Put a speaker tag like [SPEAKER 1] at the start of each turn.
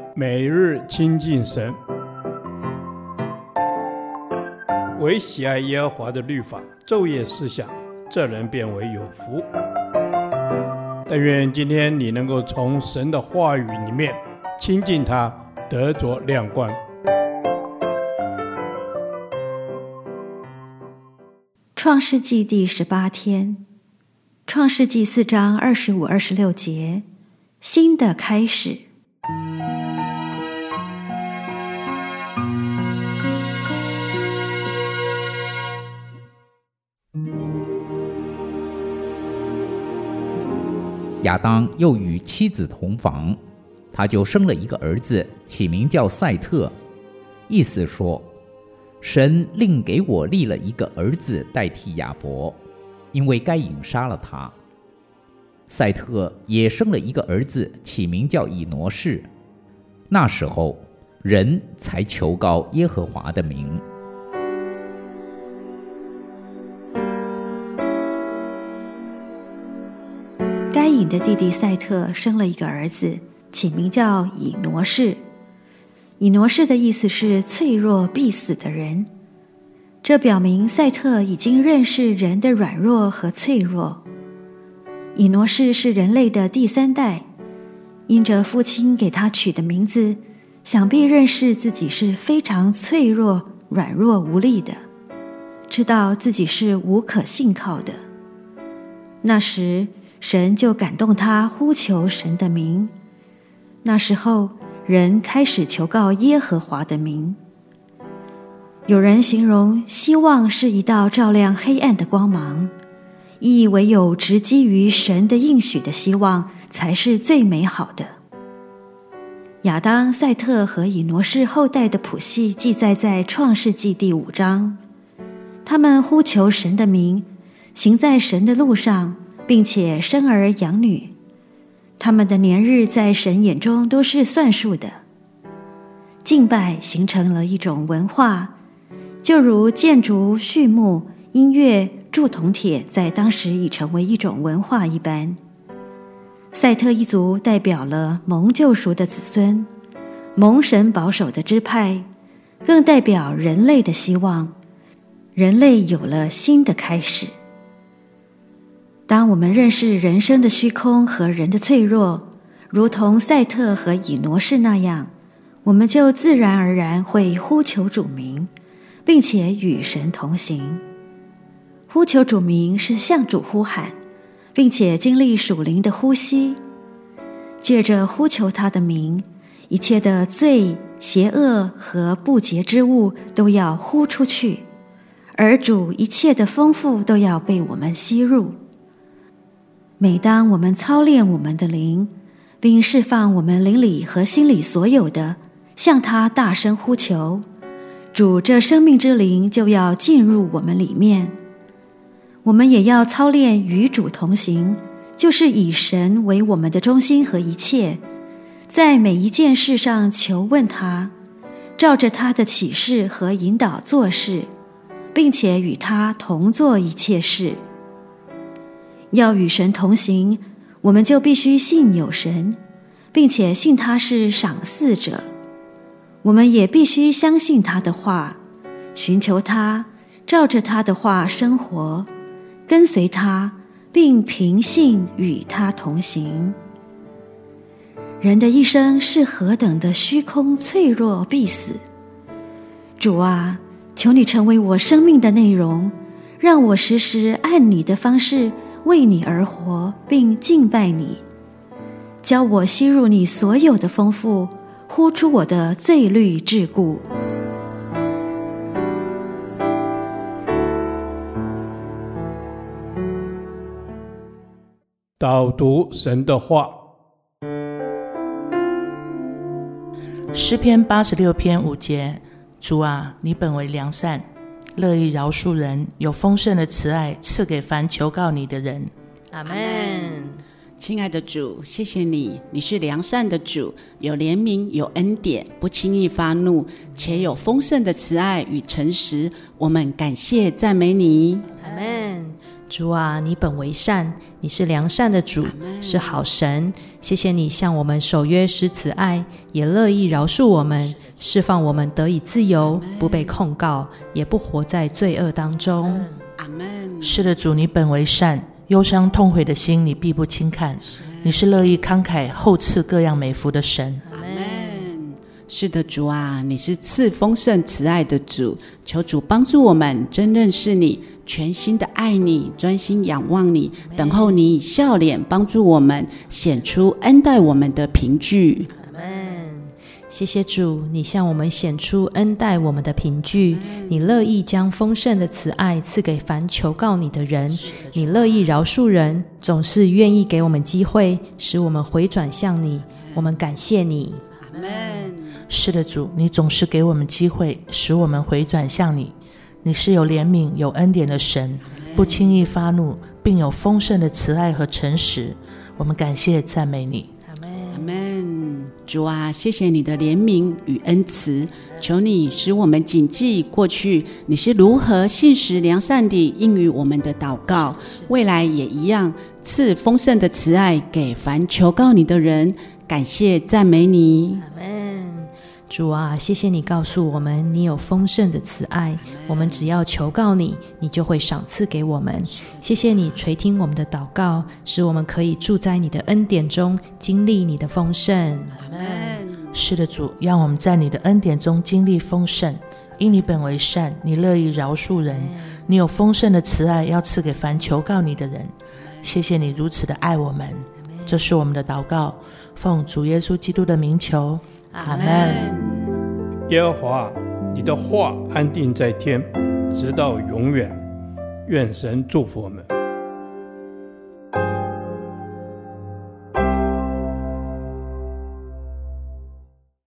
[SPEAKER 1] 每日亲近神，唯喜爱耶和华的律法，昼夜思想，这人变为有福。但愿今天你能够从神的话语里面亲近他，得着亮光。
[SPEAKER 2] 创世纪第18天，创世纪4章25、26节，新的开始。
[SPEAKER 3] 亚当又与妻子同房，他就生了一个儿子，起名叫赛特，意思说，神另给我立了一个儿子代替亚伯，因为该隐杀了他。赛特也生了一个儿子，起名叫以挪士。那时候，人才求告耶和华的名。
[SPEAKER 2] 该隐的弟弟赛特生了一个儿子，起名叫以挪士。以挪士的意思是脆弱必死的人，这表明赛特已经认识人的软弱和脆弱。以挪士是人类的第3代，因着父亲给他取的名字，想必认识自己是非常脆弱、软弱无力的，知道自己是无可信靠的。那时神就感动他呼求神的名，那时候人开始求告耶和华的名。有人形容希望是一道照亮黑暗的光芒，亦唯有直基于神的应许的希望才是最美好的。亚当、赛特和以挪士后代的谱系记载在创世纪第5章，他们呼求神的名，行在神的路上，并且生儿养女，他们的年日在神眼中都是算数的。敬拜形成了一种文化，就如建筑、畜牧、音乐、铸铜铁在当时已成为一种文化一般。赛特一族代表了蒙救赎的子孙，蒙神保守的支派，更代表人类的希望，人类有了新的开始。当我们认识人生的虚空和人的脆弱，如同赛特和以挪士那样，我们就自然而然会呼求主名，并且与神同行。呼求主名是向主呼喊，并且经历属灵的呼吸。借着呼求他的名，一切的罪、邪恶和不洁之物都要呼出去，而主一切的丰富都要被我们吸入。每当我们操练我们的灵，并释放我们灵里和心里所有的，向他大声呼求，主这生命之灵就要进入我们里面。我们也要操练与主同行，就是以神为我们的中心和一切，在每一件事上求问他，照着他的启示和引导做事，并且与他同做一切事。要与神同行，我们就必须信有神，并且信他是赏赐者。我们也必须相信他的话，寻求他，照着他的话生活，跟随他，并凭信与他同行。人的一生是何等的虚空、脆弱、必死。主啊，求你成为我生命的内容，让我时时按你的方式为你而活，并敬拜你。教我吸入你所有的丰富，呼出我的罪虑桎梏。
[SPEAKER 1] 导读神的话。
[SPEAKER 4] 诗篇86篇5节，主啊，你本为良善，乐意饶恕人，有丰盛的慈爱赐给凡求告你的人。
[SPEAKER 5] 阿们。亲爱的主，谢谢你，你是良善的主，有怜悯，有恩典，不轻易发怒，且有丰盛的慈爱与诚实。我们感谢赞美你。
[SPEAKER 6] 阿们。 主啊，你本为善，你是良善的主，是好神。谢谢你向我们守约施慈爱，也乐意饶恕我们，释放我们得以自由，不被控告，也不活在罪恶当中。
[SPEAKER 5] 阿们。
[SPEAKER 4] 是的，主，你本为善，忧伤痛悔的心你必不轻看，你是乐意慷慨厚赐各样美福的神。
[SPEAKER 5] 阿们。是的，主啊，你是赐丰盛慈爱的主，求主帮助我们真认识你，全心的爱你，专心仰望你，等候你以笑脸帮助我们，显出恩待我们的凭据。
[SPEAKER 6] 谢谢主，你向我们显出恩待我们的凭据，你乐意将丰盛的慈爱赐给凡求告你的人，你乐意饶恕人，总是愿意给我们机会，使我们回转向你。我们感谢你。
[SPEAKER 5] 阿们。
[SPEAKER 4] 是的，主，你总是给我们机会，使我们回转向你。你是有怜悯有恩典的神，不轻易发怒，并有丰盛的慈爱和诚实。我们感谢赞美你。
[SPEAKER 5] 阿们。主啊，谢谢你的怜悯与恩慈，求你使我们谨记过去你是如何信实良善地应允我们的祷告，未来也一样赐丰盛的慈爱给凡求告你的人。感谢赞美你。
[SPEAKER 6] 阿们。主啊，谢谢你告诉我们你有丰盛的慈爱，我们只要求告你，你就会赏赐给我们。谢谢你垂听我们的祷告，使我们可以住在你的恩典中，经历你的丰盛。
[SPEAKER 5] 阿们。
[SPEAKER 4] 是的，主，让我们在你的恩典中经历丰盛，因你本为善，你乐意饶恕人，你有丰盛的慈爱要赐给凡求告你的人。谢谢你如此的爱我们，这是我们的祷告，奉主耶稣基督的名求，阿们。
[SPEAKER 1] 耶和华，你的话安定在天，直到永远。愿神祝福我们。